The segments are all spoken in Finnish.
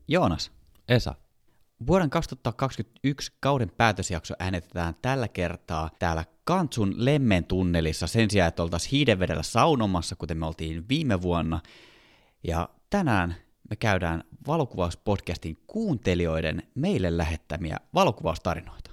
Joonas. Esa. Vuoden 2021 kauden päätösjakso äänitetään tällä kertaa täällä Kantsun Lemmen tunnelissa sen sijaan, että oltaisiin Hiidenvedellä saunomassa, kuten me oltiin viime vuonna. Ja tänään me käydään valokuvauspodcastin kuuntelijoiden meille lähettämiä valokuvaustarinoita.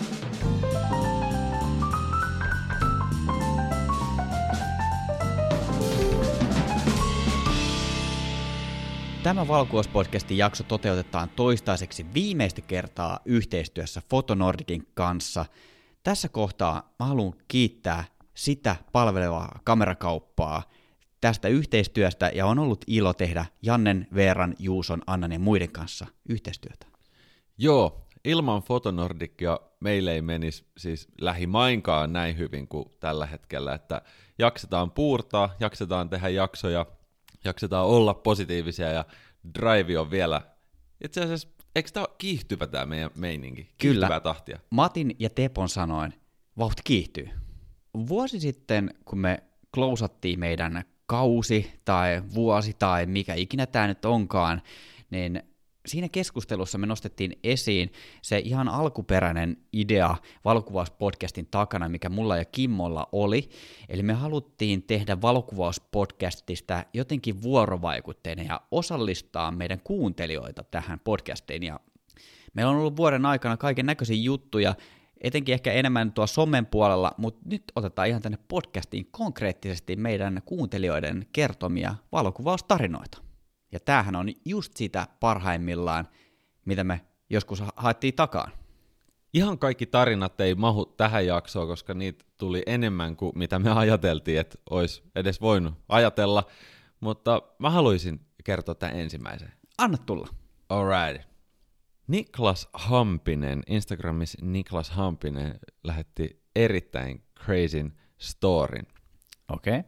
Tämä valokuvauspodcastin jakso toteutetaan toistaiseksi viimeistä kertaa yhteistyössä Fotonordicin kanssa. Tässä kohtaa mä haluan kiittää sitä palvelevaa kamerakauppaa tästä yhteistyöstä ja on ollut ilo tehdä Jannen, Veeran, Juuson, Annan ja muiden kanssa yhteistyötä. Joo, ilman Fotonordicia meille ei menisi siis lähimainkaan näin hyvin kuin tällä hetkellä, että jaksetaan puurtaa, jaksetaan tehdä jaksoja, jaksetaan olla positiivisia ja drive on vielä, itse asiassa, eikö tämä ole kiihtyvä tämä meidän meininki? Kyllä. Kiihtyvää tahtia. Matin ja Tepon sanoin, vauhti kiihtyy. Vuosi sitten, kun me klousattiin meidän kausi tai vuosi tai mikä ikinä tämä nyt onkaan, niin siinä keskustelussa me nostettiin esiin se ihan alkuperäinen idea valokuvauspodcastin takana, mikä mulla ja Kimmolla oli. Eli me haluttiin tehdä valokuvauspodcastista jotenkin vuorovaikutteinen ja osallistaa meidän kuuntelijoita tähän podcastiin. Ja meillä on ollut vuoden aikana kaiken näköisiä juttuja, etenkin ehkä enemmän tuo somen puolella, mutta nyt otetaan ihan tänne podcastiin konkreettisesti meidän kuuntelijoiden kertomia valokuvaustarinoita. Ja tämähän on just sitä parhaimmillaan, mitä me joskus haettiin takaan. Ihan kaikki tarinat ei mahu tähän jaksoon, koska niitä tuli enemmän kuin mitä me ajateltiin, että olisi edes voinut ajatella, mutta mä haluaisin kertoa tämän ensimmäisen. Anna tulla. Alright. Niklas Hampinen, Instagramissa Niklas Hampinen lähetti erittäin crazyn storyn. Okei.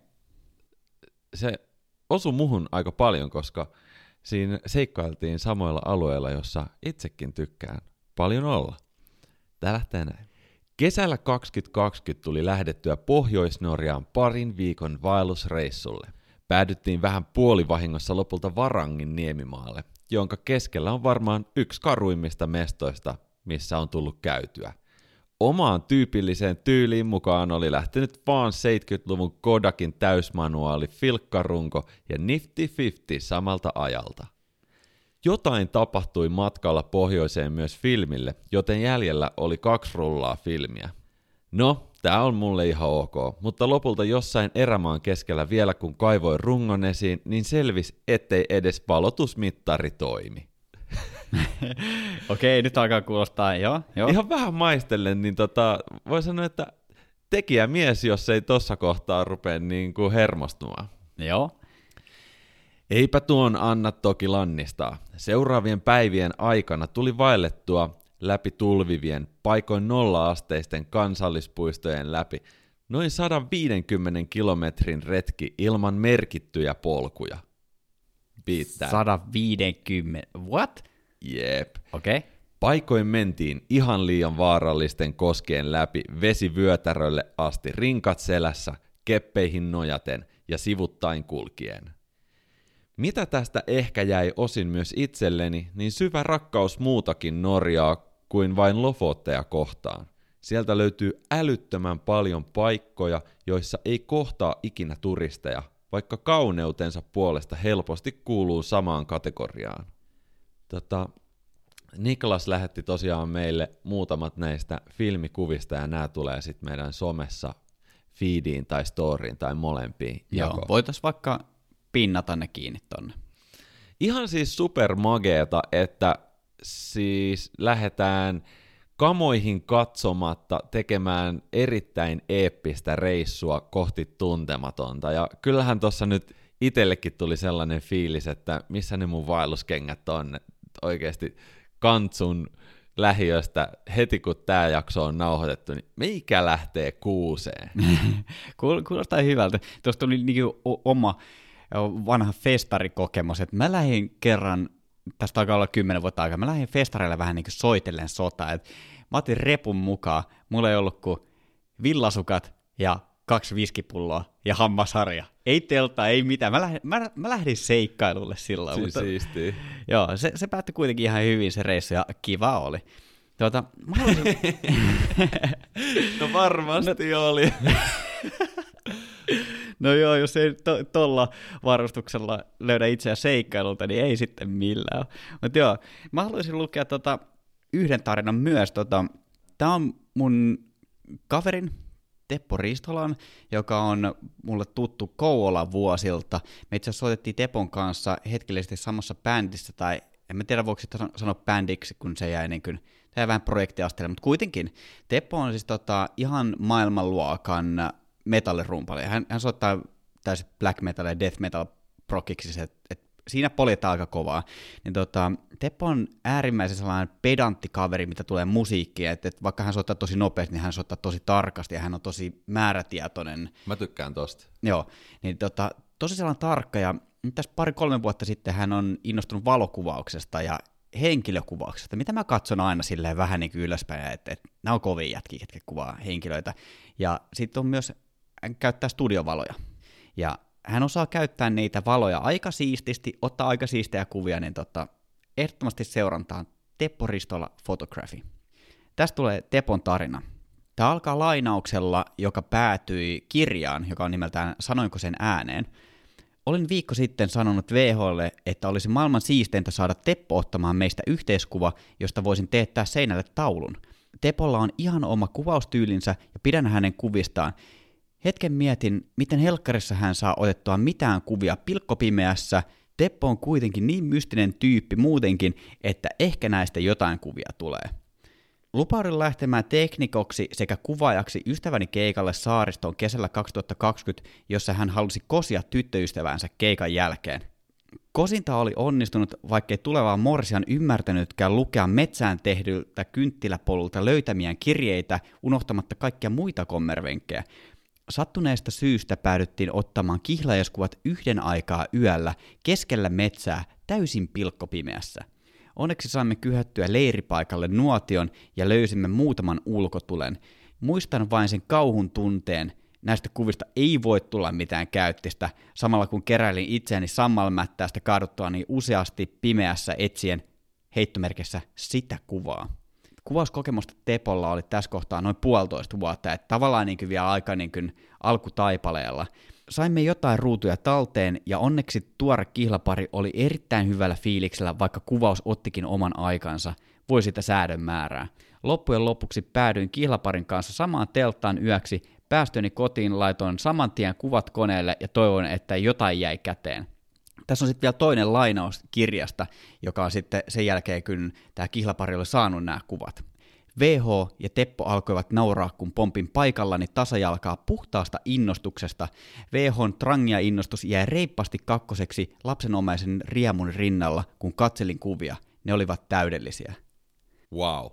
Se osui muhun aika paljon, koska siinä seikkailtiin samoilla alueilla, jossa itsekin tykkään paljon olla. Tää lähtee näin. Kesällä 2020 tuli lähdettyä Pohjois-Norjaan parin viikon vaellusreissulle. Päädyttiin vähän puolivahingossa lopulta Varangin niemimaalle, jonka keskellä on varmaan yksi karuimmista mestoista, missä on tullut käytyä. Omaan tyypilliseen tyyliin mukaan oli lähtenyt vaan 70-luvun Kodakin täysmanuaali, filkkarunko ja Nifty 50 samalta ajalta. Jotain tapahtui matkalla pohjoiseen myös filmille, joten jäljellä oli 2 rullaa filmiä. No, tää on mulle ihan ok, mutta lopulta jossain erämaan keskellä vielä kun kaivoin rungon esiin, niin selvisi, ettei edes valotusmittari toimi. Okei, nyt alkaa kuulostaa, joo. Ihan vähän maistellen, niin voi sanoa, että tekijämies, jos ei tossa kohtaa rupea niin kuin hermostumaan. Joo. Eipä tuon anna toki lannistaa. Seuraavien päivien aikana tuli vaellettua läpi tulvivien, paikoin 0-asteisten kansallispuistojen läpi noin 150 kilometrin retki ilman merkittyjä polkuja. Biittää. 150, what? Jep. Okei. Okay. Paikoin mentiin ihan liian vaarallisten koskien läpi vesivyötärölle asti rinkat selässä, keppeihin nojaten ja sivuttain kulkien. Mitä tästä ehkä jäi osin myös itselleni, niin syvä rakkaus muutakin Norjaa kuin vain Lofotteja kohtaan. Sieltä löytyy älyttömän paljon paikkoja, joissa ei kohtaa ikinä turisteja, vaikka kauneutensa puolesta helposti kuuluu samaan kategoriaan. Niklas lähetti tosiaan meille muutamat näistä filmikuvista, ja nämä tulee sitten meidän somessa feediin tai storyin tai molempiin jakoon. Joo, voitaisiin vaikka pinnata ne kiinni tonne. Ihan siis supermageeta, että siis lähdetään kamoihin katsomatta tekemään erittäin eeppistä reissua kohti tuntematonta. Ja kyllähän tuossa nyt itsellekin tuli sellainen fiilis, että missä ne mun vaelluskengät on oikeasti Kantsun lähiöstä heti kun tää jakso on nauhoitettu, niin meikä lähtee kuuseen. Kuulostaa hyvältä. Tuosta tuli niinku oma vanha festarikokemus, että mä lähdin kerran, tästä alkaa olla 10 vuotta aikaa, mä lähdin festareille vähän niin kuin soitellen sotaa, että mä otin repun mukaan, mulla ei ollut kuin villasukat ja 2 viskipulloa ja hammasharja. Ei teltta, ei mitään. Mä lähdin seikkailulle silloin. Siis mutta, siistiä. joo, se päättyi kuitenkin ihan hyvin se reissu ja kiva oli. Mä haluaisin... No varmasti oli. No joo, jos ei tolla varustuksella löydä itseä seikkailulta, niin ei sitten millään. Mutta joo, mä haluaisin lukea yhden tarinan myös. Tää on mun kaverin Teppo Ristolan, joka on mulle tuttu Kouvolan vuosilta. Me itse asiassa soitettiin Tepon kanssa hetkellisesti samassa bändissä, tai en mä tiedä voiko sitä sanoa bändiksi, kun se jäi niin kuin, tämä vähän projektiasteelle, mutta kuitenkin Teppo on siis ihan maailmanluokan metallirumpali. Hän soittaa täysin black metal ja death metal prokiksi, että siinä poljetaan aika kovaa. Niin Teppo on äärimmäisen sellainen pedantti kaveri, mitä tulee musiikkiin, että vaikka hän soittaa tosi nopeasti, niin hän soittaa tosi tarkasti ja hän on tosi määrätietoinen. Mä tykkään tosta. Joo, niin tosi sellainen tarkka ja tässä 2-3 vuotta sitten hän on innostunut valokuvauksesta ja henkilökuvauksesta, mitä mä katson aina silleen vähän niin kuin ylöspäin, että nämä on kovia jätkiä, ketkä kuvaa henkilöitä. Ja sitten on myös, hän käyttää studiovaloja. Ja hän osaa käyttää niitä valoja aika siististi, ottaa aika siistejä kuvia, niin ehdottomasti seurantaan Teppo Ristola Photography. Tästä tulee Tepon tarina. Tämä alkaa lainauksella, joka päätyi kirjaan, joka on nimeltään Sanoinko sen ääneen. Olin viikko sitten sanonut VH:lle, että olisi maailman siisteintä saada Teppo ottamaan meistä yhteiskuva, josta voisin teettää seinälle taulun. Tepolla on ihan oma kuvaustyylinsä ja pidän hänen kuvistaan. Hetken mietin, miten helkkarissa hän saa otettua mitään kuvia pilkkopimeässä. Teppo on kuitenkin niin mystinen tyyppi muutenkin, että ehkä näistä jotain kuvia tulee. Lupaudun lähtemään teknikoksi sekä kuvaajaksi ystäväni keikalle saaristoon kesällä 2020, jossa hän halusi kosia tyttöystäväänsä keikan jälkeen. Kosinta oli onnistunut, vaikkei tulevaa morsian ymmärtänytkään lukea metsään tehdyltä kynttiläpolulta löytämiään kirjeitä, unohtamatta kaikkia muita kommervenkkejä. Sattuneesta syystä päädyttiin ottamaan kihlajaiskuvat yhden aikaa yöllä keskellä metsää täysin pilkkopimeässä. Onneksi saimme kyhättyä leiripaikalle nuotion ja löysimme muutaman ulkotulen. Muistan vain sen kauhun tunteen. Näistä kuvista ei voi tulla mitään käyttistä, samalla kun keräilin itseäni sammalmättäästä kaaduttuani useasti pimeässä etsien heittomerkissä sitä kuvaa. Kuvauskokemusta Tepolla oli tässä kohtaa noin 1,5 vuotta, että tavallaan niin kuin vielä aika niin kuin alkutaipaleella. Saimme jotain ruutuja talteen ja onneksi tuore kihlapari oli erittäin hyvällä fiiliksellä, vaikka kuvaus ottikin oman aikansa, voi sitä säädön määrää. Loppujen lopuksi päädyin kihlaparin kanssa samaan telttaan yöksi, päästöni kotiin laitoin saman tien kuvat koneelle ja toivon, että jotain jäi käteen. Tässä on sitten vielä toinen lainaus kirjasta, joka on sitten sen jälkeen, kun tämä kihlapari oli saanut nämä kuvat. VH ja Teppo alkoivat nauraa, kun pompin paikallani tasajalkaa puhtaasta innostuksesta. VH:n trangia innostus jäi reippaasti kakkoseksi lapsenomaisen riemun rinnalla, kun katselin kuvia. Ne olivat täydellisiä. Wow.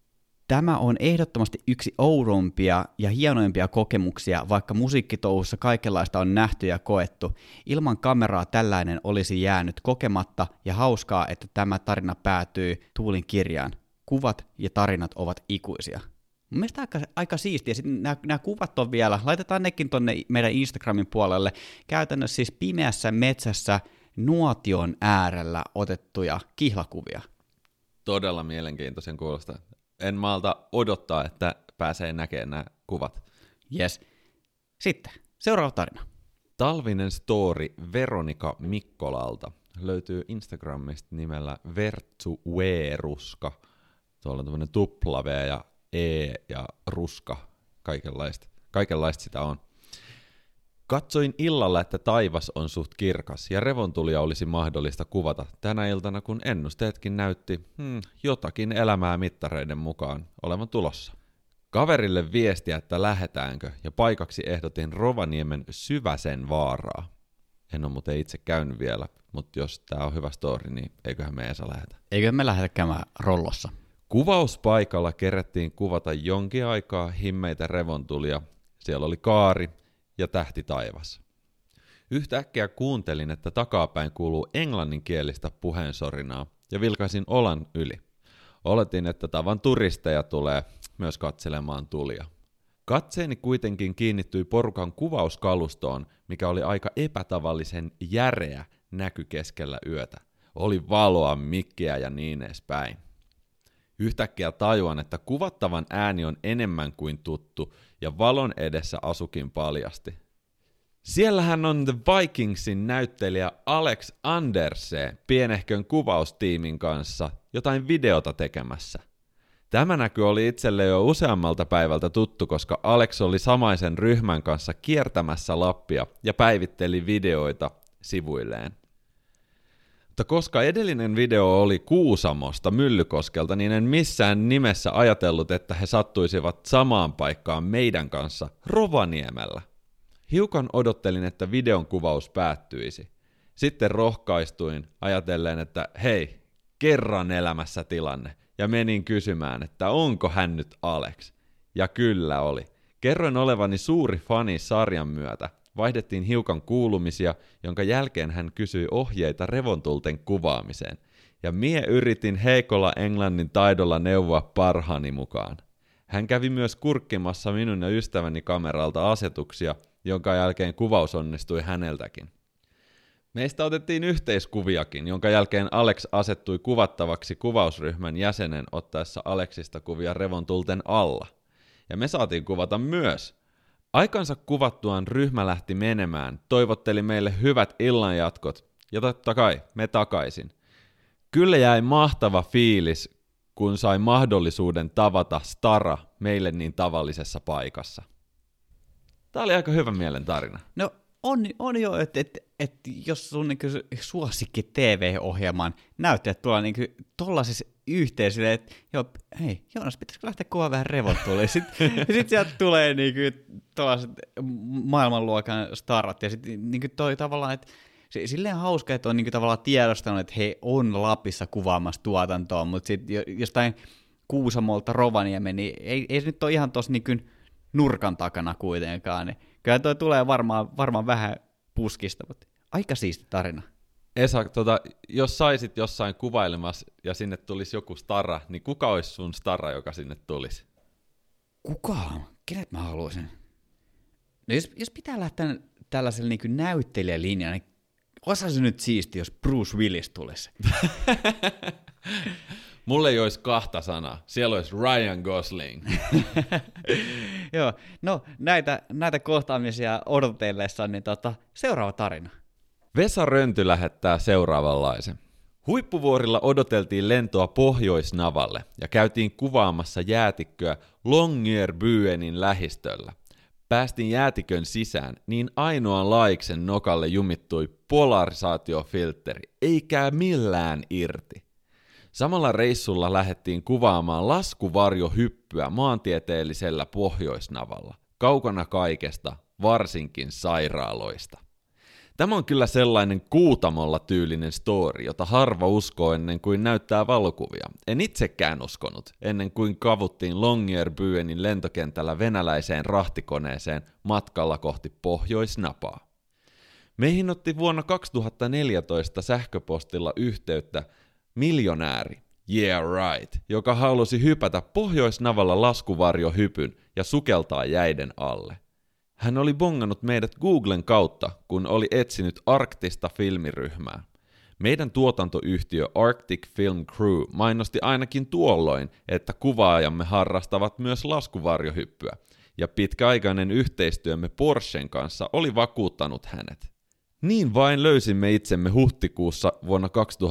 Tämä on ehdottomasti yksi oudompia ja hienoimpia kokemuksia, vaikka musiikkitouhussa kaikenlaista on nähty ja koettu. Ilman kameraa tällainen olisi jäänyt kokematta ja hauskaa, että tämä tarina päätyy Tuulin kirjaan. Kuvat ja tarinat ovat ikuisia. Mun mielestä aika siistiä. Sitten nämä kuvat on vielä, laitetaan nekin tonne meidän Instagramin puolelle. Käytännössä siis pimeässä metsässä nuotion äärellä otettuja kihlakuvia. Todella mielenkiintoisen kuulosta. En malta odottaa, että pääsee näkemään nämä kuvat. Yes. Sitten, seuraava tarina. Talvinen story Veronika Mikkolalta löytyy Instagramista nimellä Vertsuweeruska. Tuolla on tämmöinen W ja E ja ruska. Kaikenlaista sitä on. Katsoin illalla, että taivas on suht kirkas ja revontulia olisi mahdollista kuvata tänä iltana, kun ennusteetkin näytti jotakin elämää mittareiden mukaan olevan tulossa. Kaverille viestiä, että lähetäänkö, ja paikaksi ehdotin Rovaniemen Syväsen vaaraa. En ole muuten itse käynyt vielä, mutta jos tää on hyvä story, niin eiköhän me Esa lähetä. Eiköhän me lähdetä käymään rollossa. Kuvauspaikalla kerettiin kuvata jonkin aikaa himmeitä revontulia. Siellä oli kaari ja tähti taivas. Yhtäkkiä kuuntelin, että takapäin kuuluu englanninkielistä puheensorinaa ja vilkaisin olan yli. Oletin, että tavan turisteja tulee myös katselemaan tulia. Katseeni kuitenkin kiinnittyi porukan kuvauskalustoon, mikä oli aika epätavallisen järeä näky keskellä yötä. Oli valoa, mikkiä ja niin edespäin. Yhtäkkiä tajuan, että kuvattavan ääni on enemmän kuin tuttu ja valon edessä asukin paljasti. Siellähän on The Vikingsin näyttelijä Alex Anderse pienehkön kuvaustiimin kanssa jotain videota tekemässä. Tämä näky oli itselle jo useammalta päivältä tuttu, koska Alex oli samaisen ryhmän kanssa kiertämässä Lappia ja päivitteli videoita sivuilleen. Mutta koska edellinen video oli Kuusamosta Myllykoskelta, niin en missään nimessä ajatellut, että he sattuisivat samaan paikkaan meidän kanssa Rovaniemellä. Hiukan odottelin, että videon kuvaus päättyisi. Sitten rohkaistuin ajatellen, että hei, kerran elämässä tilanne. Ja menin kysymään, että onko hän nyt Alex. Ja kyllä oli. Kerroin olevani suuri fani sarjan myötä. Vaihdettiin hiukan kuulumisia, jonka jälkeen hän kysyi ohjeita revontulten kuvaamiseen. Ja mie yritin heikolla englannin taidolla neuvoa parhaani mukaan. Hän kävi myös kurkkimassa minun ja ystäväni kameralta asetuksia, jonka jälkeen kuvaus onnistui häneltäkin. Meistä otettiin yhteiskuviakin, jonka jälkeen Alex asettui kuvattavaksi kuvausryhmän jäsenen ottaessa Alexista kuvia revontulten alla. Ja me saatiin kuvata myös. Aikansa kuvattuaan ryhmä lähti menemään, toivotteli meille hyvät illanjatkot ja totta kai me takaisin. Kyllä jäi mahtava fiilis, kun sai mahdollisuuden tavata Stara meille niin tavallisessa paikassa. Tää oli aika hyvä mielen tarina. No on jo, että jos sun niinku suosikki TV-ohjelman näyttäjät tuolla niinku tollaisessa yhteisöllä, että joo, hei, Joonas, pitäisikö lähteä kuvaa vähän revontulia? Sitten sieltä tulee niinku tollaiset maailmanluokan starat, ja sitten niinku toi tavallaan, että silleen hauska, että on niinku tavallaan tiedostanut, että he on Lapissa kuvaamassa tuotantoa, mutta sitten jostain Kuusamolta Rovaniemeen, niin ei se nyt ole ihan tossa niinku nurkan takana kuitenkaan, niin kyllä toi tulee varmaan vähän puskista, mutta aika siisti tarina. Esa, jos saisit jossain kuvailemassa ja sinne tulisi joku stara, niin kuka olisi sun stara, joka sinne tulisi? Kuka? Kenet mä haluaisin? No jos pitää lähteä tällaisella niin näyttelijälinjalla, niin osaisi nyt siisti, jos Bruce Willis tulisi. Mulle ei olisi kahta sanaa. Siellä olisi Ryan Gosling. Joo, no näitä kohtaamisia odotellessa, niin seuraava tarina. Vesa Rönty lähettää seuraavanlaisen. Huippuvuorilla odoteltiin lentoa Pohjoisnavalle ja käytiin kuvaamassa jäätikköä Longyearbyenin lähistöllä. Päästin jäätikön sisään, niin ainoan laiksen nokalle jumittui polarisaatiofiltteri, eikä millään irti. Samalla reissulla lähdettiin kuvaamaan laskuvarjohyppyä maantieteellisellä Pohjoisnavalla, kaukana kaikesta, varsinkin sairaaloista. Tämä on kyllä sellainen Kuutamolla tyylinen story, jota harva uskoo ennen kuin näyttää valokuvia. En itsekään uskonut, ennen kuin kavuttiin Longyearbyenin lentokentällä venäläiseen rahtikoneeseen matkalla kohti Pohjoisnapaa. Meihin otti vuonna 2014 sähköpostilla yhteyttä miljonääri, yeah right, joka halusi hypätä Pohjoisnavalla laskuvarjohypyn ja sukeltaa jäiden alle. Hän oli bongannut meidät Googlen kautta, kun oli etsinyt arktista filmiryhmää. Meidän tuotantoyhtiö Arctic Film Crew mainosti ainakin tuolloin, että kuvaajamme harrastavat myös laskuvarjohyppyä, ja pitkäaikainen yhteistyömme Porschen kanssa oli vakuuttanut hänet. Niin vain löysimme itsemme huhtikuussa vuonna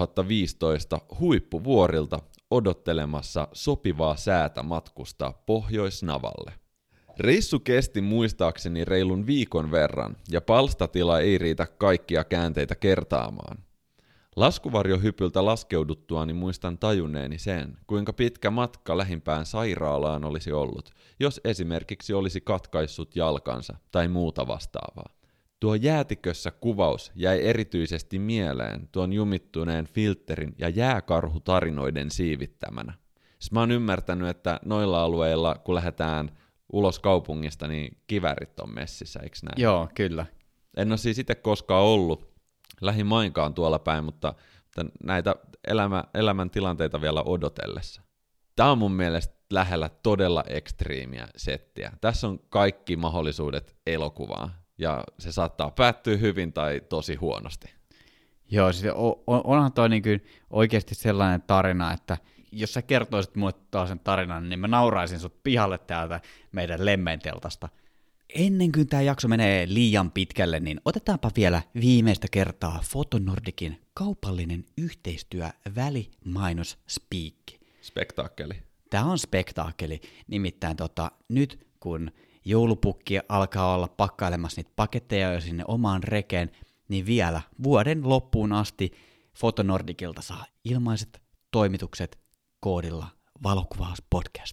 2015 huippuvuorilta odottelemassa sopivaa säätä matkustaa Pohjoisnavalle. Reissu kesti muistaakseni reilun viikon verran, ja palstatila ei riitä kaikkia käänteitä kertaamaan. Laskuvarjohypyltä laskeuduttuani muistan tajunneeni sen, kuinka pitkä matka lähimpään sairaalaan olisi ollut, jos esimerkiksi olisi katkaissut jalkansa tai muuta vastaavaa. Tuo jäätikössä kuvaus jäi erityisesti mieleen tuon jumittuneen filterin ja jääkarhutarinoiden siivittämänä. Mä oon ymmärtänyt, että noilla alueilla, kun lähdetään ulos kaupungista, niin kivärit on messissä, eikö näin? Joo, kyllä. En ole siis itse koskaan ollut lähimainkaan tuolla päin, mutta näitä elämän tilanteita vielä odotellessa. Tämä on mun mielestä lähellä todella ekstriimiä settiä. Tässä on kaikki mahdollisuudet elokuvaan, ja se saattaa päättyä hyvin tai tosi huonosti. Joo, siis onhan toi niin kuin oikeasti sellainen tarina, että jos sä kertoisit mulle taas sen tarinan, niin mä nauraisin sut pihalle täältä meidän lemmenteltasta. Ennen kuin tämä jakso menee liian pitkälle, niin otetaanpa vielä viimeistä kertaa Photonordicin kaupallinen yhteistyö välimainos-spiikki. Spektaakkeli. Tämä on spektaakkeli, nimittäin nyt kun joulupukki alkaa olla pakkailemassa niitä paketteja jo sinne omaan rekeen, niin vielä vuoden loppuun asti Photonordicilta saa ilmaiset toimitukset koodilla valokuvauspodcast.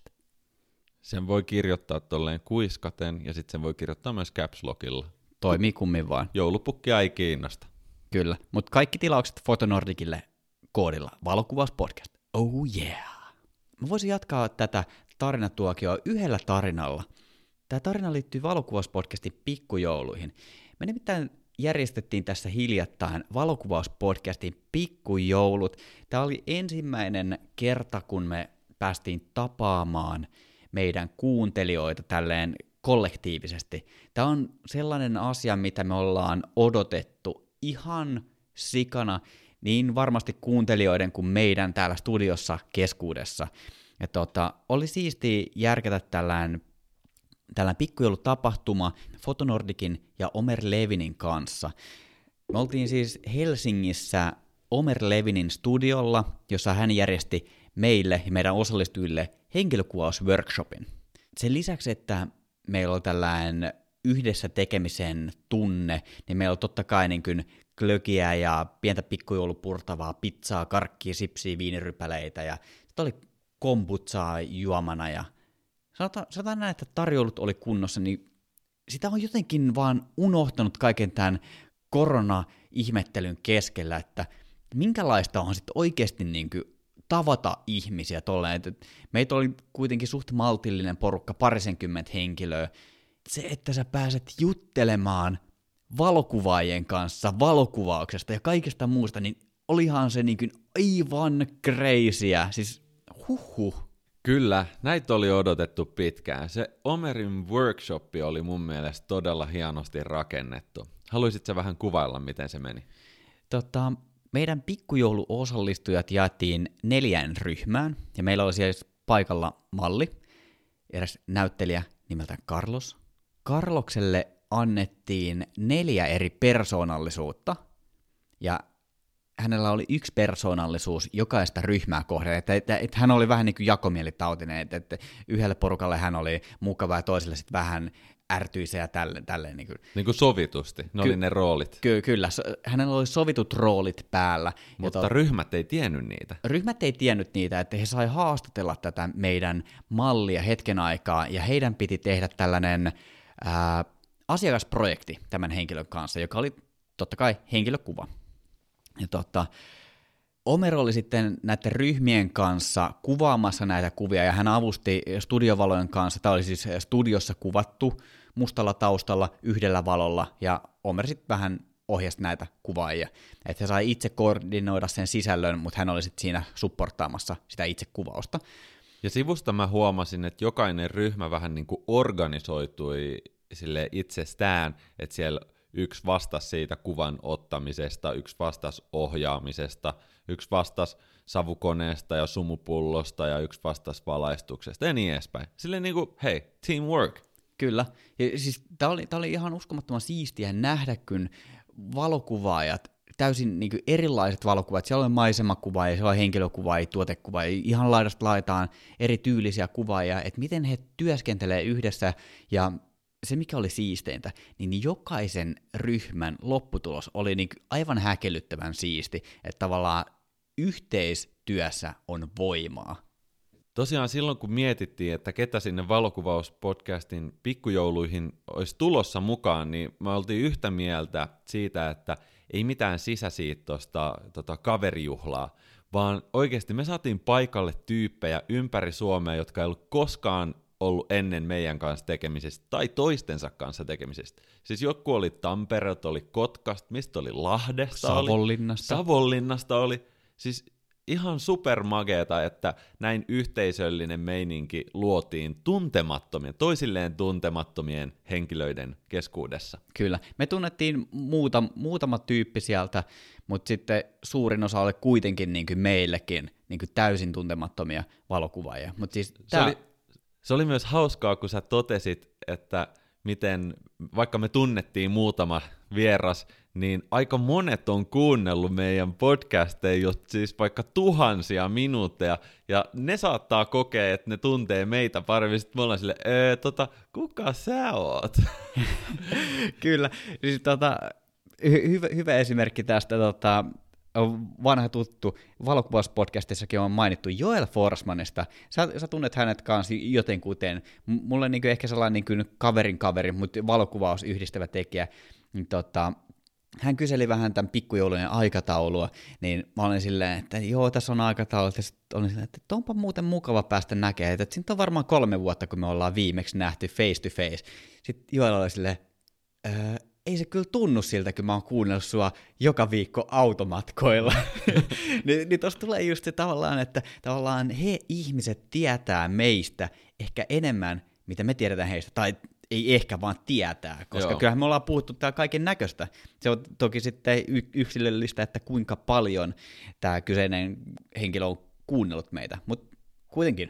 Sen voi kirjoittaa tolleen kuiskaten, ja sitten sen voi kirjoittaa myös caps lockilla. Toimii kummin vaan. Joulupukkia ei kiinnosta. Kyllä, mutta kaikki tilaukset Photonordicille koodilla valokuvauspodcast. Oh yeah! Mä voisin jatkaa tätä tarinatuokioa yhdellä tarinalla. Tämä tarina liittyy valokuvauspodcastin pikkujouluihin. Me nimittäin järjestettiin tässä hiljattain valokuvauspodcastin pikkujoulut. Tämä oli ensimmäinen kerta, kun me päästiin tapaamaan meidän kuuntelijoita tälleen kollektiivisesti. Tämä on sellainen asia, mitä me ollaan odotettu ihan sikana niin varmasti kuuntelijoiden kuin meidän täällä studiossa keskuudessa. Ja oli siistiä järkätä tällainen pikkujoulutapahtuma Photonordicin ja Omer Levinin kanssa. Me oltiin siis Helsingissä Omer Levinin studiolla, jossa hän järjesti meille ja meidän osallistujille henkilökuvausworkshopin. Sen lisäksi, että meillä oli tällainen yhdessä tekemisen tunne, niin meillä oli totta kai niin kuin glögiä ja pientä pikkujoulupurtavaa, pizzaa, karkkia, sipsiä, viinirypäleitä ja sitten oli kombutsaa juomana ja sanotaan näin, että tarjoulut oli kunnossa, niin sitä on jotenkin vaan unohtanut kaiken tämän korona-ihmettelyn keskellä, että minkälaista on sitten oikeasti niin kuin tavata ihmisiä tolleen. Meitä oli kuitenkin suht maltillinen porukka, 20 henkilöä. Se, että sä pääset juttelemaan valokuvaajien kanssa valokuvauksesta ja kaikesta muusta, niin olihan se niin kuin aivan crazyä. Siis huhhuh. Kyllä, näitä oli odotettu pitkään. Se Omerin workshop oli mun mielestä todella hienosti rakennettu. Haluaisitko vähän kuvailla, miten se meni? Meidän pikkujouluosallistujat jaettiin 4 ryhmään, ja meillä oli siis paikalla malli, eräs näyttelijä nimeltään Carlos. Carlokselle annettiin 4 eri persoonallisuutta, ja hänellä oli 1 persoonallisuus jokaista ryhmää kohden, että hän oli vähän niin kuin jakomielitautinen, että yhdelle porukalle hän oli mukava ja toiselle sitten vähän ärtyisä ja tälleen. Niin kuin sovitusti, ne oli ne roolit. Kyllä, hänellä oli sovitut roolit päällä. Mutta ryhmät ei tiennyt niitä. Ryhmät ei tiennyt niitä, että he sai haastatella tätä meidän mallia hetken aikaa, ja heidän piti tehdä tällainen asiakasprojekti tämän henkilön kanssa, joka oli totta kai henkilökuva. Ja Omer oli sitten näiden ryhmien kanssa kuvaamassa näitä kuvia, ja hän avusti studiovalojen kanssa. Tämä oli siis studiossa kuvattu mustalla taustalla yhdellä valolla, ja Omer sitten vähän ohjasi näitä kuvaajia. Että he sai itse koordinoida sen sisällön, mutta hän oli sitten siinä supportaamassa sitä itse kuvausta. Ja sivusta mä huomasin, että jokainen ryhmä vähän niin kuin organisoitui sille itsestään, että siellä yksi vastasi siitä kuvan ottamisesta, yksi vastasi ohjaamisesta, yksi vastasi savukoneesta ja sumupullosta ja yksi vastasi valaistuksesta ja niin edespäin. Silleen niin kuin, hei, teamwork. Kyllä. Ja siis tää oli ihan uskomattoman siistiä nähdä, kun valokuvaajat, täysin niin kuin erilaiset valokuvaajat, siellä oli maisemakuvaajia, siellä oli henkilökuvaajia, tuotekuvaajia, ihan laidasta laitaan eri tyylisiä kuvaajia, että miten he työskentelee yhdessä, ja se, mikä oli siisteintä, niin jokaisen ryhmän lopputulos oli niin aivan häkellyttävän siisti, että tavallaan yhteistyössä on voimaa. Tosiaan silloin, kun mietittiin, että ketä sinne valokuvauspodcastin pikkujouluihin olisi tulossa mukaan, niin me oltiin yhtä mieltä siitä, että ei mitään sisäsiittoista kaverijuhlaa, vaan oikeasti me saatiin paikalle tyyppejä ympäri Suomea, jotka ei ollut koskaan ollut ennen meidän kanssa tekemisestä tai toistensa kanssa tekemisestä. Siis joku oli Tampereelta, oli Kotkasta, mistä oli Lahdesta, Savonlinnasta. Savonlinnasta oli. Siis ihan supermageeta, että näin yhteisöllinen meininki luotiin toisilleen tuntemattomien henkilöiden keskuudessa. Kyllä. Me tunnettiin muutama tyyppi sieltä, mutta sitten suurin osa oli kuitenkin niin kuin meillekin niin kuin täysin tuntemattomia valokuvaajia. Mut siis se oli myös hauskaa, kun sä totesit, että miten, vaikka me tunnettiin muutama vieras, niin aika monet on kuunnellut meidän podcasteja jo siis vaikka tuhansia minuutteja, ja ne saattaa kokea, että ne tuntee meitä paremmin, sitten me ollaan silleen, kuka sä oot? Kyllä, siis hyvä esimerkki tästä, vanha tuttu, valokuvauspodcastissakin on mainittu Joel Forsmanista. Sä tunnet hänet kanssa jotenkuten. Mulla on niin ehkä sellainen niin kaverin kaveri, mutta valokuvaus yhdistävä tekijä. Hän kyseli vähän tämän pikkujoulujen aikataulua, niin mä olin silleen, että joo, tässä on aikataulu, ja sitten olin silleen, että onpa muuten mukava päästä näkemään, että siitä on varmaan 3 vuotta, kun me ollaan viimeksi nähty face to face. Sitten Joel oli silleen, ei se kyllä tunnu siltä, kun mä oon kuunnellut sua joka viikko automatkoilla. niin tossa tulee just se tavallaan, että tavallaan he ihmiset tietää meistä ehkä enemmän, mitä me tiedetään heistä, tai ei ehkä vaan tietää, koska kyllähän me ollaan puhuttu täällä kaiken näköistä. Se on toki sitten yksilöllistä, että kuinka paljon tämä kyseinen henkilö on kuunnellut meitä, mutta kuitenkin.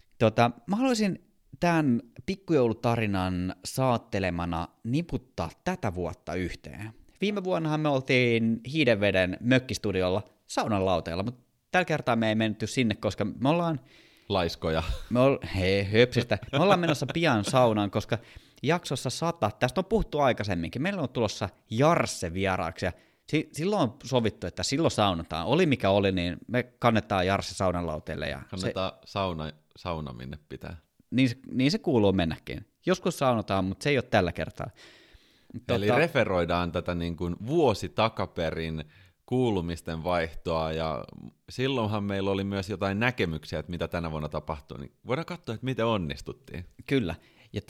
Mä haluaisin tämän pikkujoulutarinan saattelemana niputtaa tätä vuotta yhteen. Viime vuonnahan me oltiin Hiidenveden mökkistudiolla saunan lauteella, mutta tällä kertaa me ei menty sinne, koska me ollaan laiskoja. Höpsistä. Me ollaan menossa pian saunaan, koska jaksossa 100, tästä on puhuttu aikaisemminkin, meillä on tulossa Jarsse vieraaksi, ja silloin on sovittu, että silloin saunataan. Oli mikä oli, niin me kannetaan Jarsse saunan lauteelle. Ja kannetaan sauna minne pitää. Niin se kuuluu mennäkin. Joskus saunotaan, mutta se ei ole tällä kertaa. Eli referoidaan tätä niin kuin vuosi takaperin kuulumisten vaihtoa, ja silloinhan meillä oli myös jotain näkemyksiä, että mitä tänä vuonna tapahtuu, niin voidaan katsoa, että miten onnistuttiin. Kyllä, ja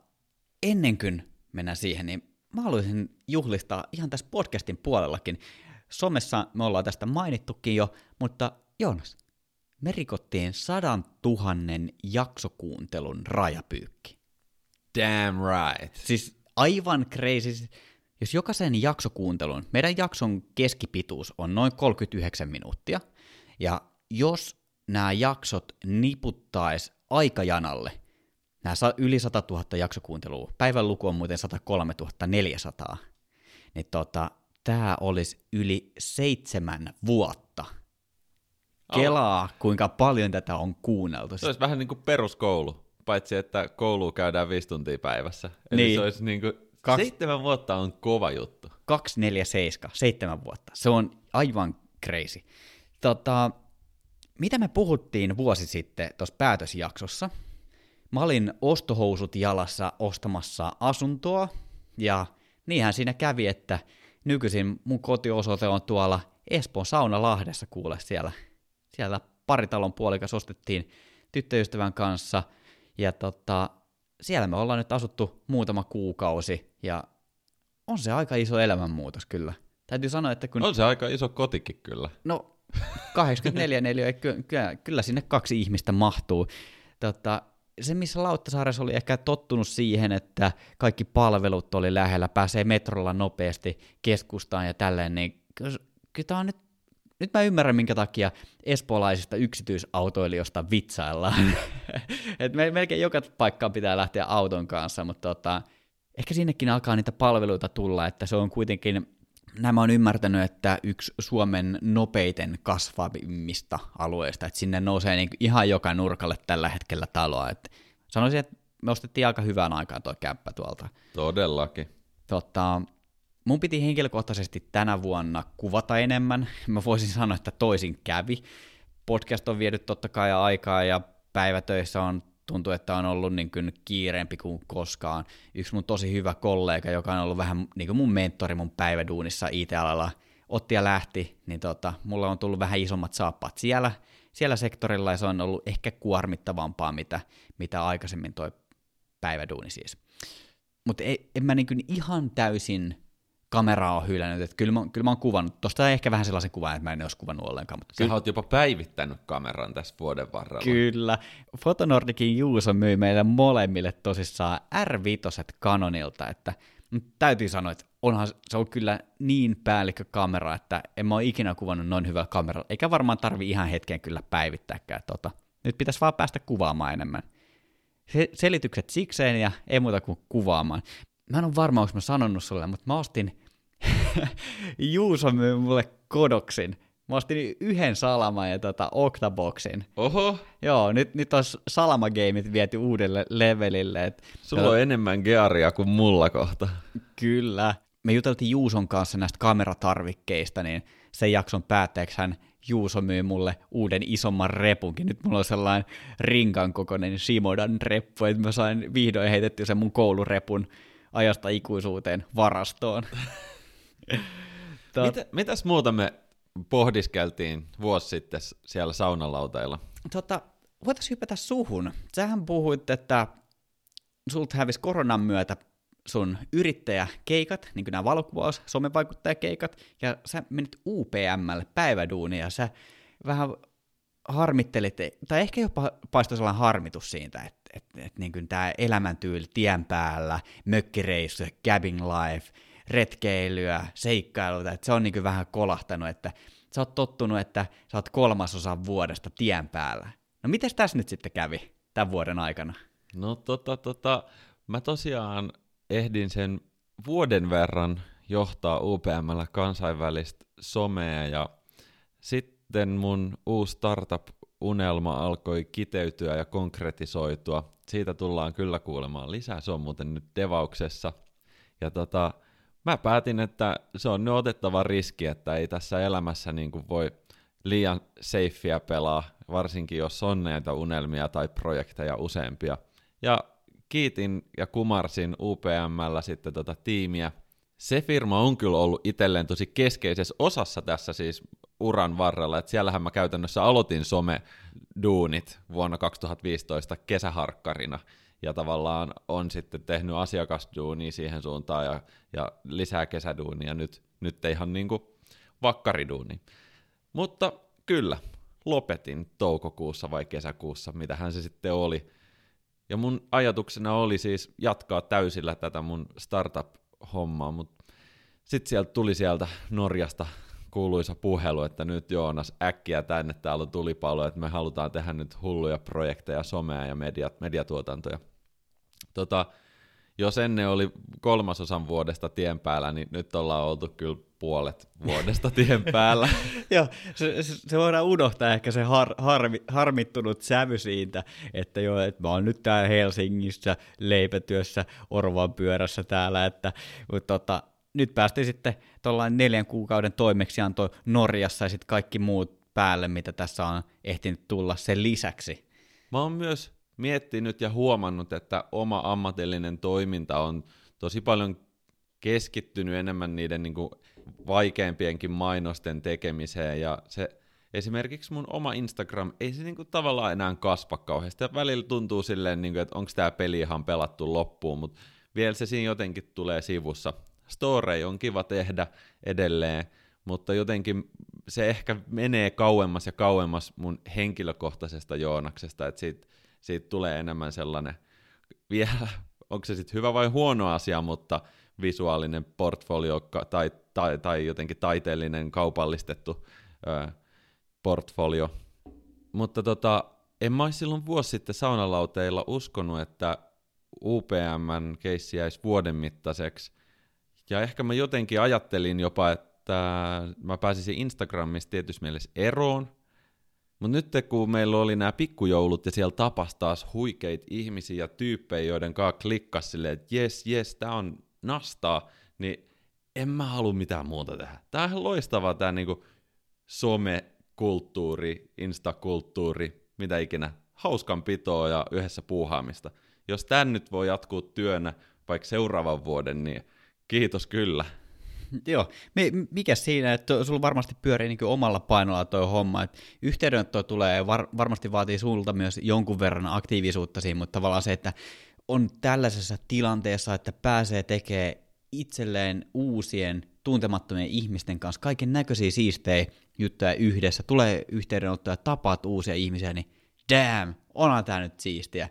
ennen kuin mennään siihen, niin mä haluaisin juhlistaa ihan tässä podcastin puolellakin. Somessa me ollaan tästä mainittukin jo, mutta Joonas, me rikottiin 100 000 jaksokuuntelun rajapyykki. Damn right. Siis aivan crazy. Jos jokaisen jaksokuuntelun, meidän jakson keskipituus on noin 39 minuuttia, ja jos nämä jaksot niputtais aikajanalle, nämä yli 100 000 jaksokuuntelua, päivän luku on muuten 103 400, niin tämä olisi yli 7 vuotta. Kelaa, kuinka paljon tätä on kuunneltu. Se olisi vähän niin kuin peruskoulu, paitsi että koulua käydään 5 tuntia päivässä. Eli niin. Se olisi niin kuin 7 vuotta on kova juttu. 247, 7 vuotta. Se on aivan crazy. Mitä me puhuttiin vuosi sitten tuossa päätösjaksossa? Mä olin ostohousut jalassa ostamassa asuntoa, ja niinhän siinä kävi, että nykyisin mun kotiosoite on tuolla Espoon Saunalahdessa, kuule siellä paritalon puolikas ostettiin tyttöystävän kanssa, ja siellä me ollaan nyt asuttu muutama kuukausi, ja on se aika iso elämänmuutos kyllä. Täytyy sanoa, että kun... On se aika iso kotikin kyllä. No, 84 neliöä, kyllä sinne 2 ihmistä mahtuu. Se, missä Lauttasaaressa oli ehkä tottunut siihen, että kaikki palvelut oli lähellä, pääsee metrolla nopeasti keskustaan ja tälleen, niin kyllä tämä on nyt mä ymmärrän, minkä takia espoolaisista yksityisautoilijoista vitsaillaan. Et melkein joka paikkaan pitää lähteä auton kanssa, mutta ehkä sinnekin alkaa niitä palveluita tulla, että se on kuitenkin, nämä on ymmärtänyt, että yksi Suomen nopeiten kasvavimmista alueista, että sinne nousee niin ihan joka nurkalle tällä hetkellä taloa. Et sanoisin, että me ostettiin aika hyvään aikaan tuo kämppä tuolta. Todellakin. Mun piti henkilökohtaisesti tänä vuonna kuvata enemmän. Mä voisin sanoa, että toisin kävi. Podcast on viety totta kai aikaa, ja päivätöissä tuntuu, että on ollut niin kuin kiireempi kuin koskaan. Yksi mun tosi hyvä kollega, joka on ollut vähän niin kuin mun mentori mun päiväduunissa IT-alalla, otti ja lähti, niin mulla on tullut vähän isommat saappaat siellä sektorilla, ja se on ollut ehkä kuormittavampaa, mitä aikaisemmin toi päiväduuni siis. Mutta en mä niin kuin ihan täysin kameraa on hylännyt, että kyllä mä oon kuvannut, tosta ehkä vähän sellaisen kuvan, että mä en olisi kuvannut ollenkaan. Mutta Sähän oot jopa päivittänyt kameran tässä vuoden varrella. Kyllä. Fotonordikin Juuso myi meille molemmille tosissaan R5 Canonilta, että täytyy sanoa, että onhan se on kyllä niin päällikkökamera, että en mä ole ikinä kuvannut noin hyvällä kameralla, eikä varmaan tarvi ihan hetken kyllä päivittääkään. Nyt pitäisi vaan päästä kuvaamaan enemmän. Selitykset sikseen ja ei muuta kuin kuvaamaan. Mä en ole varma, onko mä sanonut sulle, mutta mä ostin Juuso myy mulle Kodoksin. Mä ostin yhden Salaman ja Octaboxin. Oho! Joo, nyt on Salama-gameit viety uudelle levelille. Sulla on enemmän gearia kuin mulla kohta. Kyllä. Me juteltiin Juuson kanssa näistä kameratarvikkeista, niin sen jakson päätteeksi Juuso myy mulle uuden isomman repunkin. Nyt mulla on sellainen rinkan kokoinen Shimodan reppu, että mä sain vihdoin heitettyä sen mun koulurepun ajasta ikuisuuteen varastoon. Mitäs muuta me pohdiskeltiin vuosi sitten siellä saunalauteilla? Voitaisiin hypätä suhun. Sähän puhuit, että sulta hävisi koronan myötä sun yrittäjäkeikat, niin kuin nämä valokuvaus, somevaikuttajakeikat, ja sä menit UPM:lle päiväduuniin, ja sä vähän harmittelit, tai ehkä jopa paistoi sellainen harmitus siitä, että niin kuin tämä elämäntyyli tien päällä, mökkireissu, cabin life, retkeilyä, seikkailuita, että se on niin kuin vähän kolahtanut, että sä oot tottunut, että sä oot 3/3 vuodesta tien päällä. No mites tässä nyt sitten kävi tämän vuoden aikana? No mä tosiaan ehdin sen vuoden verran johtaa UPM:llä kansainvälistä somea, ja sitten mun uusi startup-unelma alkoi kiteytyä ja konkretisoitua. Siitä tullaan kyllä kuulemaan lisää, se on muuten nyt devauksessa. Ja mä päätin, että se on nyt otettava riski, että ei tässä elämässä niin kuin voi liian safeä pelaa, varsinkin jos on näitä unelmia tai projekteja useampia. Ja kiitin ja kumarsin UPM:llä sitten tiimiä. Se firma on kyllä ollut itselleen tosi keskeisessä osassa tässä siis uran varrella, että siellähän mä käytännössä aloitin some-duunit vuonna 2015 kesäharkkarina, ja tavallaan on sitten tehnyt asiakasduunia siihen suuntaan ja lisää kesäduunia, nyt ihan niinku vakkariduunia. Mutta kyllä, lopetin toukokuussa vai kesäkuussa, mitähän se sitten oli. Ja mun ajatuksena oli siis jatkaa täysillä tätä mun startup-hommaa, mutta sitten sieltä Norjasta kuuluisa puhelu, että nyt Joonas äkkiä tänne, täällä on tulipalo, että me halutaan tehdä nyt hulluja projekteja, somea ja mediatuotantoja. Jos ennen oli 3/3 vuodesta tien päällä, niin nyt ollaan oltu kyllä puolet vuodesta tien päällä. Joo, se voidaan unohtaa ehkä se harmittunut sävy siitä, että joo, että mä oon nyt täällä Helsingissä leipätyössä Orvan pyörässä täällä, mutta nyt päästiin sitten tuollainen 4 kuukauden toimeksianto Norjassa ja sitten kaikki muut päälle, mitä tässä on ehtinyt tulla sen lisäksi. Mä oon myös miettinyt ja huomannut, että oma ammatillinen toiminta on tosi paljon keskittynyt enemmän niiden niin kuin vaikeampienkin mainosten tekemiseen, ja se esimerkiksi mun oma Instagram, ei se niin kuin tavallaan enää kasva kauheasti, ja välillä tuntuu silleen, niin kuin, että onko tämä peli ihan pelattu loppuun, mutta vielä se siinä jotenkin tulee sivussa. Storey on kiva tehdä edelleen, mutta jotenkin se ehkä menee kauemmas ja kauemmas mun henkilökohtaisesta Joonaksesta, että siitä tulee enemmän sellainen, vielä, onko se sitten hyvä vai huono asia, mutta visuaalinen portfolio tai jotenkin taiteellinen kaupallistettu portfolio. Mutta en mä olisi silloin vuosi sitten saunalauteilla uskonut, että UPM:n keissi jäisi vuoden mittaiseksi. Ja ehkä mä jotenkin ajattelin jopa, että mä pääsisin Instagramista tietysti mielessä eroon. Mutta nyt kun meillä oli nämä pikkujoulut ja siellä tapasi taas huikeita ihmisiä ja tyyppejä, joiden kanssa klikkasi silleen, että jes, tää on nastaa, niin en mä halua mitään muuta tehdä. Tää on ihan loistavaa tää niinku somekulttuuri, instakulttuuri, mitä ikinä, hauskanpitoa ja yhdessä puuhaamista. Jos tän nyt voi jatkuu työnä vaikka seuraavan vuoden, niin kiitos kyllä. Joo, mikä siinä, että sulla varmasti pyörii niin kuin omalla painolla toi homma, että yhteydenotto tulee ja varmasti vaatii sulta myös jonkun verran aktiivisuutta siinä, mutta tavallaan se, että on tällaisessa tilanteessa, että pääsee tekemään itselleen uusien tuntemattomien ihmisten kanssa kaiken näköisiä siistejä juttuja yhdessä, tulee yhteydenottoja, tapaat uusia ihmisiä, niin damn, onhan tää nyt siistiä.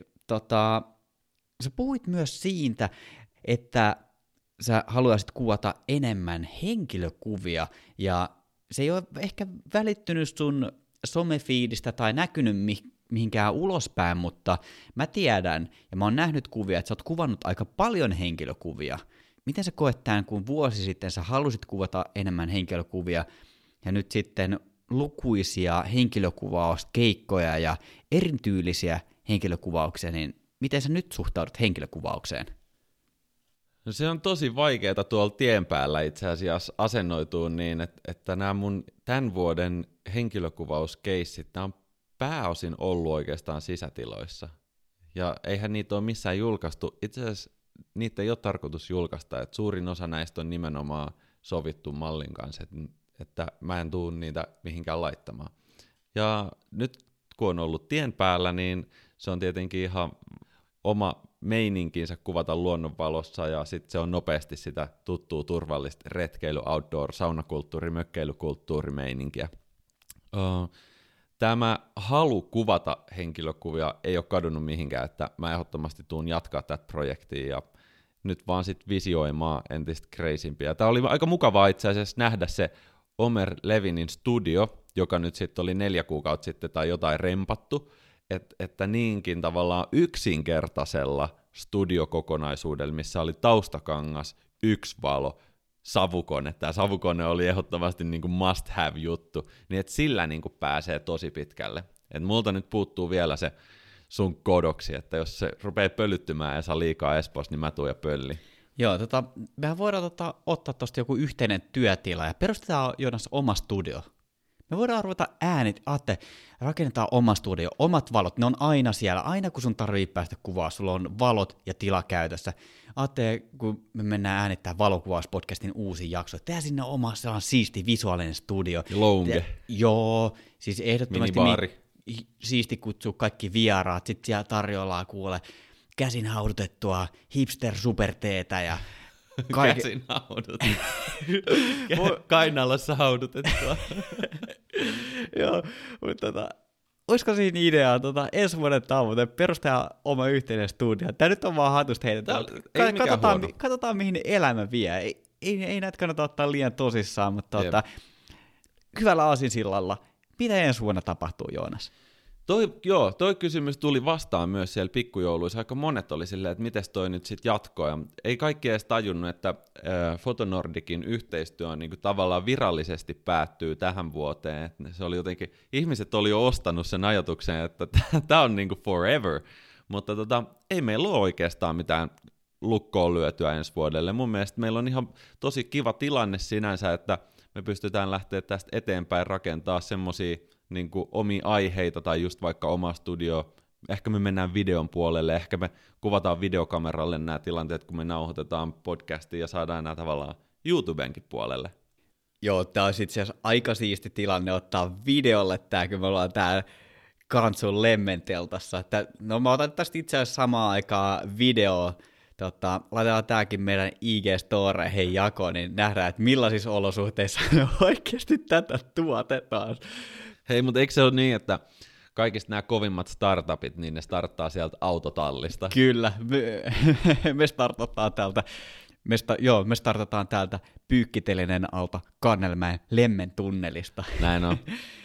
Sä puhuit myös siitä, että sä haluaisit kuvata enemmän henkilökuvia, ja se ei ole ehkä välittynyt sun somefiidistä tai näkynyt mihinkään ulospäin, mutta mä tiedän, ja mä oon nähnyt kuvia, että sä oot kuvannut aika paljon henkilökuvia. Miten sä koet tämän, kun vuosi sitten sä halusit kuvata enemmän henkilökuvia, ja nyt sitten lukuisia henkilökuvauskeikkoja ja erityylisiä henkilökuvauksia, niin miten sä nyt suhtaudut henkilökuvaukseen? No se on tosi vaikeaa tuolla tien päällä itse asiassa asennoituu niin, että nämä mun tämän vuoden henkilökuvauskeissit, nämä on pääosin ollut oikeastaan sisätiloissa. Ja eihän niitä ole missään julkaistu. Itse asiassa niitä ei ole tarkoitus julkaista, että suurin osa näistä on nimenomaan sovittu mallin kanssa, että mä en tuu niitä mihinkään laittamaan. Ja nyt kun on ollut tien päällä, niin se on tietenkin ihan oma meininkinsä kuvata luonnonvalossa, ja sitten se on nopeasti sitä tuttua turvallista retkeily, outdoor, saunakulttuuri, mökkeilykulttuurimeininkiä. Tämä halu kuvata henkilökuvia ei ole kadonnut mihinkään, että mä ehdottomasti tuun jatkaa tätä projektia ja nyt vaan sitten visioimaan entistä crazympiä. Tämä oli aika mukavaa itse asiassa nähdä se Omer Levinin studio, joka nyt sitten oli 4 kuukautta sitten tai jotain rempattu, että niinkin tavallaan yksinkertaisella studiokokonaisuudella, missä oli taustakangas, 1 valo, savukone. Tämä savukone oli ehdottomasti niin kuin must have juttu, niin että sillä niin kuin pääsee tosi pitkälle. Et multa nyt puuttuu vielä se sun kodoksi, että jos se rupeaa pölyttymään ja saa liikaa Espoossa, niin mä tuun ja pölli. Joo, mehän voidaan ottaa tuosta joku yhteinen työtila ja perustetaan Joonas oma studio. Me voidaan ruveta äänit, rakennetaan oma studio, omat valot, ne on aina siellä, aina kun sun tarvii päästä kuvaa, sulla on valot ja tila käytössä. Kun me mennään äänittämään valokuvauspodcastin uusi jakso, tehdään sinne oma sellainen siisti visuaalinen studio. Ja lounge. Joo, siis ehdottomasti minibaari. Siisti kutsua kaikki vieraat, sit siellä tarjoillaan kuule käsin haudutettua hipster superteetä ja käsin haudutettua. Kainalossa haudutettua. Joo, mutta olisiko siinä ideaa ensi vuoden tavoite perustaa oma yhteinen studio? Tämä nyt on vaan hatusta heitetään. Katsotaan, mihin elämä vie. Ei näitä kannata ottaa liian tosissaan, mutta hyvällä aasinsillalla. Mitä ensi vuonna tapahtuu, Joonas? Toi kysymys tuli vastaan myös siellä pikkujouluissa. Aika monet oli silleen, että miten toi nyt sitten jatkoo. Ja ei kaikki edes tajunnut, että Fotonordicin yhteistyö on niinku tavallaan virallisesti päättyy tähän vuoteen. Et se oli jotenkin, ihmiset oli jo ostanut sen ajatuksen, että tämä on niinku forever. Mutta ei meillä ole oikeastaan mitään lukkoon lyötyä ensi vuodelle. Mun mielestä meillä on ihan tosi kiva tilanne sinänsä, että me pystytään lähteä tästä eteenpäin rakentaa semmosia niin kuin omia aiheita tai just vaikka oma studio. Ehkä me mennään videon puolelle, ehkä me kuvataan videokameralle nämä tilanteet, kun me nauhoitetaan podcastia ja saadaan nämä tavallaan YouTubenkin puolelle. Joo, tämä olisi itse asiassa aika siisti tilanne ottaa videolle tämä, kun me ollaan täällä Kantsun Lemmenteltassa. No mä otan tästä itse asiassa samaan aikaan videoa. Laitetaan tämäkin meidän IG-storeihin jakoon, niin nähdään, että millaisissa olosuhteissa me oikeasti tätä tuotetaan. Hei, mutta eikö se ole niin, että kaikista nämä kovimmat startupit, niin ne starttaa sieltä autotallista? Kyllä, me startataan täältä. Me startataan täältä Pyykkitelinen alta Kannelmäen Lemmen tunnelista. Näin on.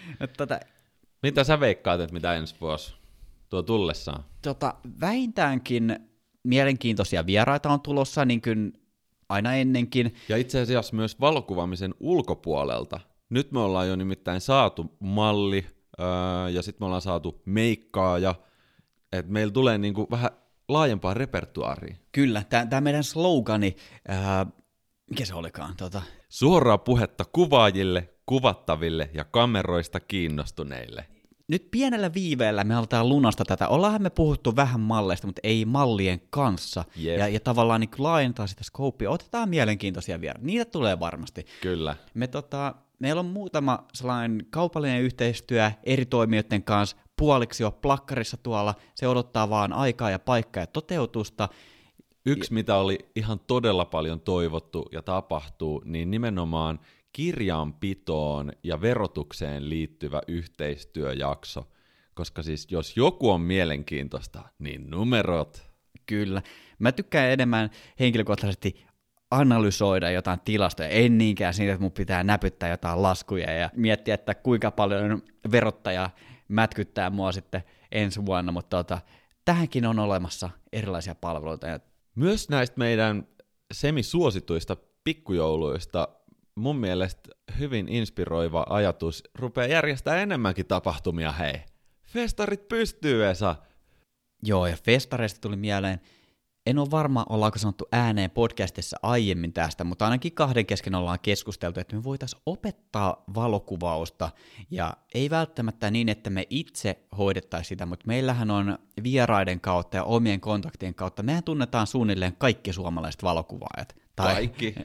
Mitä sä veikkaat, että mitä ensi vuosi tuo tullessaan? Vähintäänkin mielenkiintoisia vieraita on tulossa, niin kuin aina ennenkin. Ja itse asiassa myös valokuvaamisen ulkopuolelta. Nyt me ollaan jo nimittäin saatu malli, ja sitten me ollaan saatu meikkaaja, että meillä tulee niinku vähän laajempaa repertuaaria. Kyllä, tämä meidän slogani, mikä se olikaan? Suoraa puhetta kuvaajille, kuvattaville ja kameroista kiinnostuneille. Nyt pienellä viiveellä me aletaan lunasta tätä. Ollaanhan me puhuttu vähän malleista, mutta ei mallien kanssa. Yep. Ja tavallaan niin laajentaa sitä scopea. Otetaan mielenkiintoisia vieraita. Niitä tulee varmasti. Kyllä. Meillä on muutama sellainen kaupallinen yhteistyö eri toimijoiden kanssa puoliksi jo plakkarissa tuolla. Se odottaa vaan aikaa ja paikkaa ja toteutusta. Yksi, mitä oli ihan todella paljon toivottu ja tapahtuu, niin nimenomaan kirjanpitoon ja verotukseen liittyvä yhteistyöjakso. Koska siis jos joku on mielenkiintoista, niin numerot. Kyllä. Mä tykkään enemmän henkilökohtaisesti analysoida jotain tilastoja, en niinkään siitä, että mun pitää näpyttää jotain laskuja ja miettiä, että kuinka paljon verottaja mätkyttää mua sitten ensi vuonna, mutta tähänkin on olemassa erilaisia palveluita. Myös näistä meidän semisuosituista pikkujouluista mun mielestä hyvin inspiroiva ajatus rupeaa järjestää enemmänkin tapahtumia, hei. Festarit pystyy, Esa. Joo, ja festareista tuli mieleen, en ole varma, ollaanko sanottu ääneen podcastissa aiemmin tästä, mutta ainakin kahden kesken ollaan keskusteltu, että me voitaisiin opettaa valokuvausta, ja ei välttämättä niin, että me itse hoidettaisiin sitä, mutta meillähän on vieraiden kautta ja omien kontaktien kautta, mehän tunnetaan suunnilleen kaikki suomalaiset valokuvaajat. Kaikki.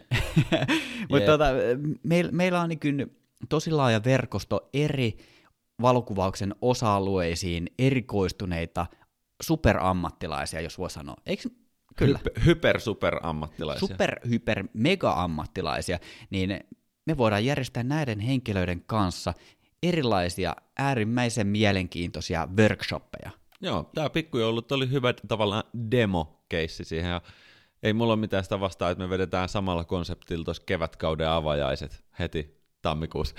Mutta meillä on niin tosi laaja verkosto eri valokuvauksen osa-alueisiin erikoistuneita superammattilaisia, jos voi sanoa. Eikö? Kyllä. Hyper-superammattilaisia. Mega-ammattilaisia. Niin me voidaan järjestää näiden henkilöiden kanssa erilaisia äärimmäisen mielenkiintoisia workshoppeja. Joo, tämä pikkujoulut oli hyvä tavallaan demo-keissi siihen, ja ei mulla ole mitään sitä vastaa, että me vedetään samalla konseptilla tuossa kevätkauden avajaiset heti tammikuussa.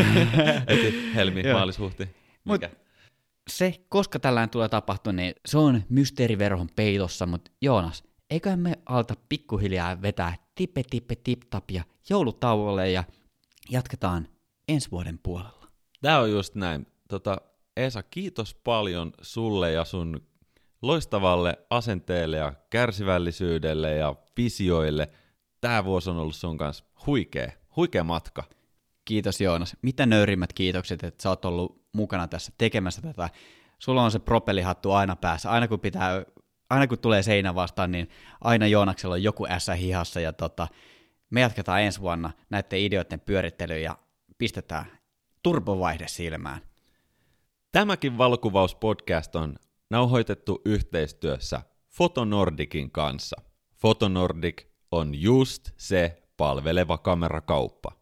Heti helmi, maalis, huhti. Mikä? Se, koska tällainen tulee tapahtua, niin se on mysteeriverhon peitossa, mutta Joonas, eiköhän me alta pikkuhiljaa vetää tippe tip tapia joulutauolle ja jatketaan ensi vuoden puolella. Tämä on just näin. Esa, kiitos paljon sulle ja sun loistavalle asenteelle ja kärsivällisyydelle ja visioille. Tämä vuosi on ollut sun kanssa huikea matka. Kiitos Joonas. Mitä nöyrimmät kiitokset, että sä oot ollut mukana tässä tekemässä tätä. Sulla on se propellihattu aina päässä. Aina kun tulee seinä vastaan, niin aina Joonaksella on joku ässä hihassa. Ja me jatketaan ensi vuonna näiden ideoiden pyörittelyyn ja pistetään turbovaihde silmään. Tämäkin valokuvauspodcast on nauhoitettu yhteistyössä Fotonordicin kanssa. Fotonordic on just se palveleva kamerakauppa.